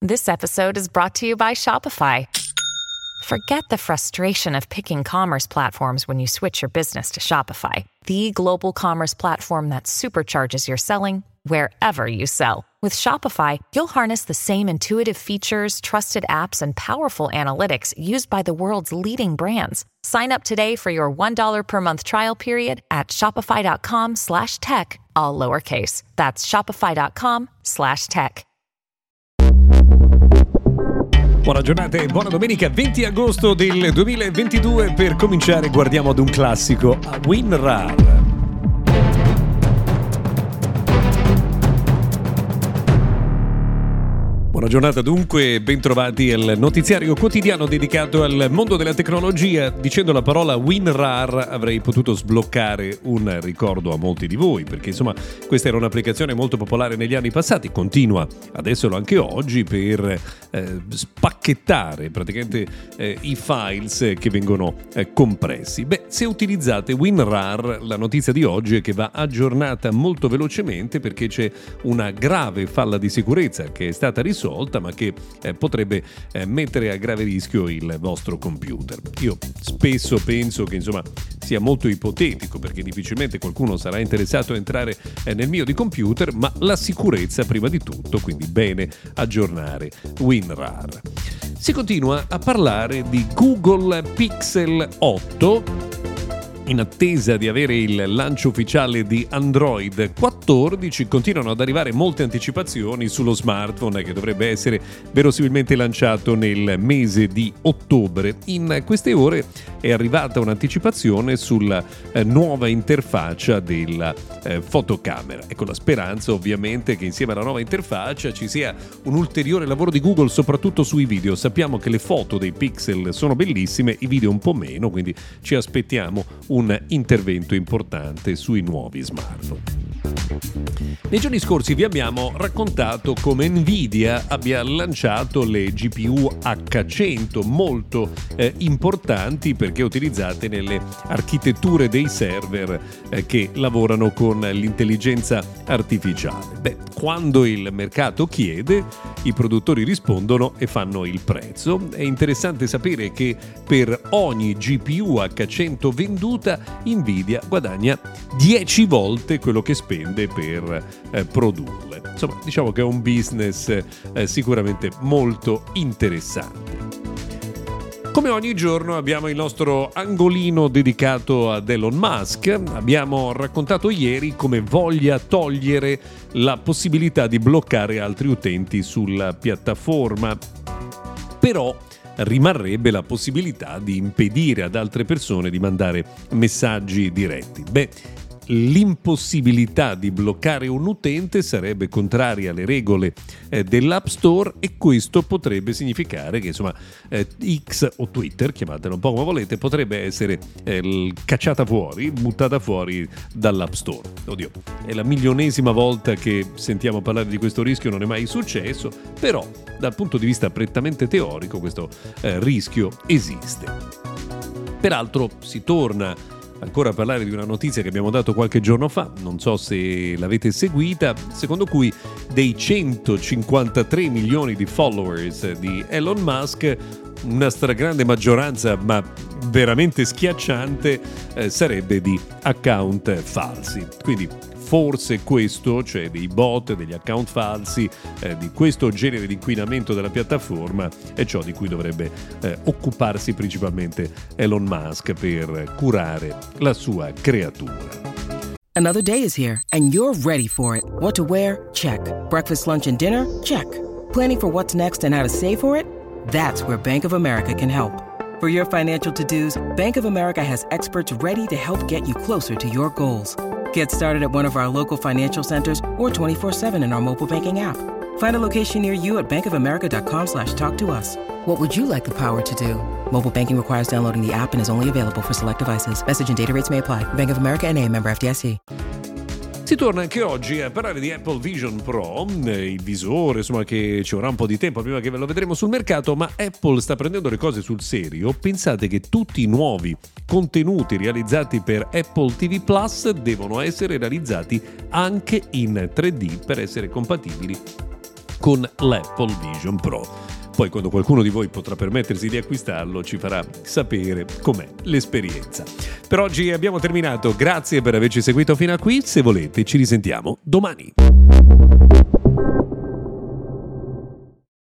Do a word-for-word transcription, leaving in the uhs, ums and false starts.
This episode is brought to you by Shopify. Forget the frustration of picking commerce platforms when you switch your business to Shopify, the global commerce platform that supercharges your selling wherever you sell. With Shopify, you'll harness the same intuitive features, trusted apps, and powerful analytics used by the world's leading brands. Sign up today for your one dollar per month trial period at shopify.com slash tech, all lowercase. That's shopify.com slash tech. Buona giornata e buona domenica venti agosto del duemilaventidue. Per cominciare guardiamo ad un classico, a WinRAR. Buona giornata dunque, bentrovati al notiziario quotidiano dedicato al mondo della tecnologia. Dicendo la parola WinRAR avrei potuto sbloccare un ricordo a molti di voi, perché insomma questa era un'applicazione molto popolare negli anni passati, continua ad esserlo anche oggi per eh, spacchettare praticamente eh, i files che vengono eh, compressi. Beh, se utilizzate WinRAR, la notizia di oggi è che va aggiornata molto velocemente perché c'è una grave falla di sicurezza che è stata risolta, ma che eh, potrebbe eh, mettere a grave rischio il vostro computer. Io spesso penso che insomma sia molto ipotetico, perché difficilmente qualcuno sarà interessato a entrare eh, nel mio di computer, ma la sicurezza prima di tutto, quindi bene aggiornare WinRAR. Si continua a parlare di Google Pixel otto. In attesa di avere il lancio ufficiale di Android quattordici, continuano ad arrivare molte anticipazioni sullo smartphone che dovrebbe essere verosimilmente lanciato nel mese di ottobre. In queste ore è arrivata un'anticipazione sulla eh, nuova interfaccia della eh, fotocamera. Ecco, la speranza ovviamente che insieme alla nuova interfaccia ci sia un ulteriore lavoro di Google, soprattutto sui video. Sappiamo che le foto dei pixel sono bellissime, i video un po' meno, quindi ci aspettiamo un intervento importante sui nuovi smartphone. Nei giorni scorsi vi abbiamo raccontato come Nvidia abbia lanciato le G P U H cento, molto eh, importanti perché utilizzate nelle architetture dei server eh, che lavorano con l'intelligenza artificiale. Beh, quando il mercato chiede, i produttori rispondono e fanno il prezzo. È interessante sapere che per ogni G P U H cento venduta, Nvidia guadagna dieci volte quello che spende per eh, produrle. Insomma, diciamo che è un business eh, sicuramente molto interessante. Come ogni giorno abbiamo il nostro angolino dedicato ad Elon Musk. Abbiamo raccontato ieri come voglia togliere la possibilità di bloccare altri utenti sulla piattaforma, però rimarrebbe la possibilità di impedire ad altre persone di mandare messaggi diretti. Beh, l'impossibilità di bloccare un utente sarebbe contraria alle regole eh, dell'App Store, e questo potrebbe significare che insomma eh, X o Twitter, chiamatelo un po' come volete, potrebbe essere eh, cacciata fuori, buttata fuori dall'App Store. Oddio, è la milionesima volta che sentiamo parlare di questo rischio, non è mai successo, però dal punto di vista prettamente teorico questo eh, rischio esiste. Peraltro si torna ancora a parlare di una notizia che abbiamo dato qualche giorno fa, non so se l'avete seguita, secondo cui dei centocinquantatré milioni di followers di Elon Musk, una stragrande maggioranza, ma veramente schiacciante, eh, sarebbe di account falsi. Quindi forse questo, cioè dei bot, degli account falsi, eh, di questo genere di inquinamento della piattaforma, è ciò di cui dovrebbe eh, occuparsi principalmente Elon Musk per curare la sua creatura. Another day is here and you're ready for it. What to wear? Check. Breakfast, lunch, and dinner? Check. Planning for what's next and how to save for it? That's where Bank of America can help. For your financial to-dos, Bank of America has experts ready to help get you closer to your goals. Get started at one of our local financial centers or twenty-four seven in our mobile banking app. Find a location near you at bankofamerica.com slash talk to us. What would you like the power to do? Mobile banking requires downloading the app and is only available for select devices. Message and data rates may apply. Bank of America N A, member F D I C. Si torna anche oggi a parlare di Apple Vision Pro, il visore, insomma, che ci vorrà un po' di tempo prima che ve lo vedremo sul mercato, ma Apple sta prendendo le cose sul serio. Pensate che tutti i nuovi contenuti realizzati per Apple T V Plus devono essere realizzati anche in tre D per essere compatibili con l'Apple Vision Pro. Poi quando qualcuno di voi potrà permettersi di acquistarlo ci farà sapere com'è l'esperienza. Per oggi abbiamo terminato, grazie per averci seguito fino a qui, se volete ci risentiamo domani.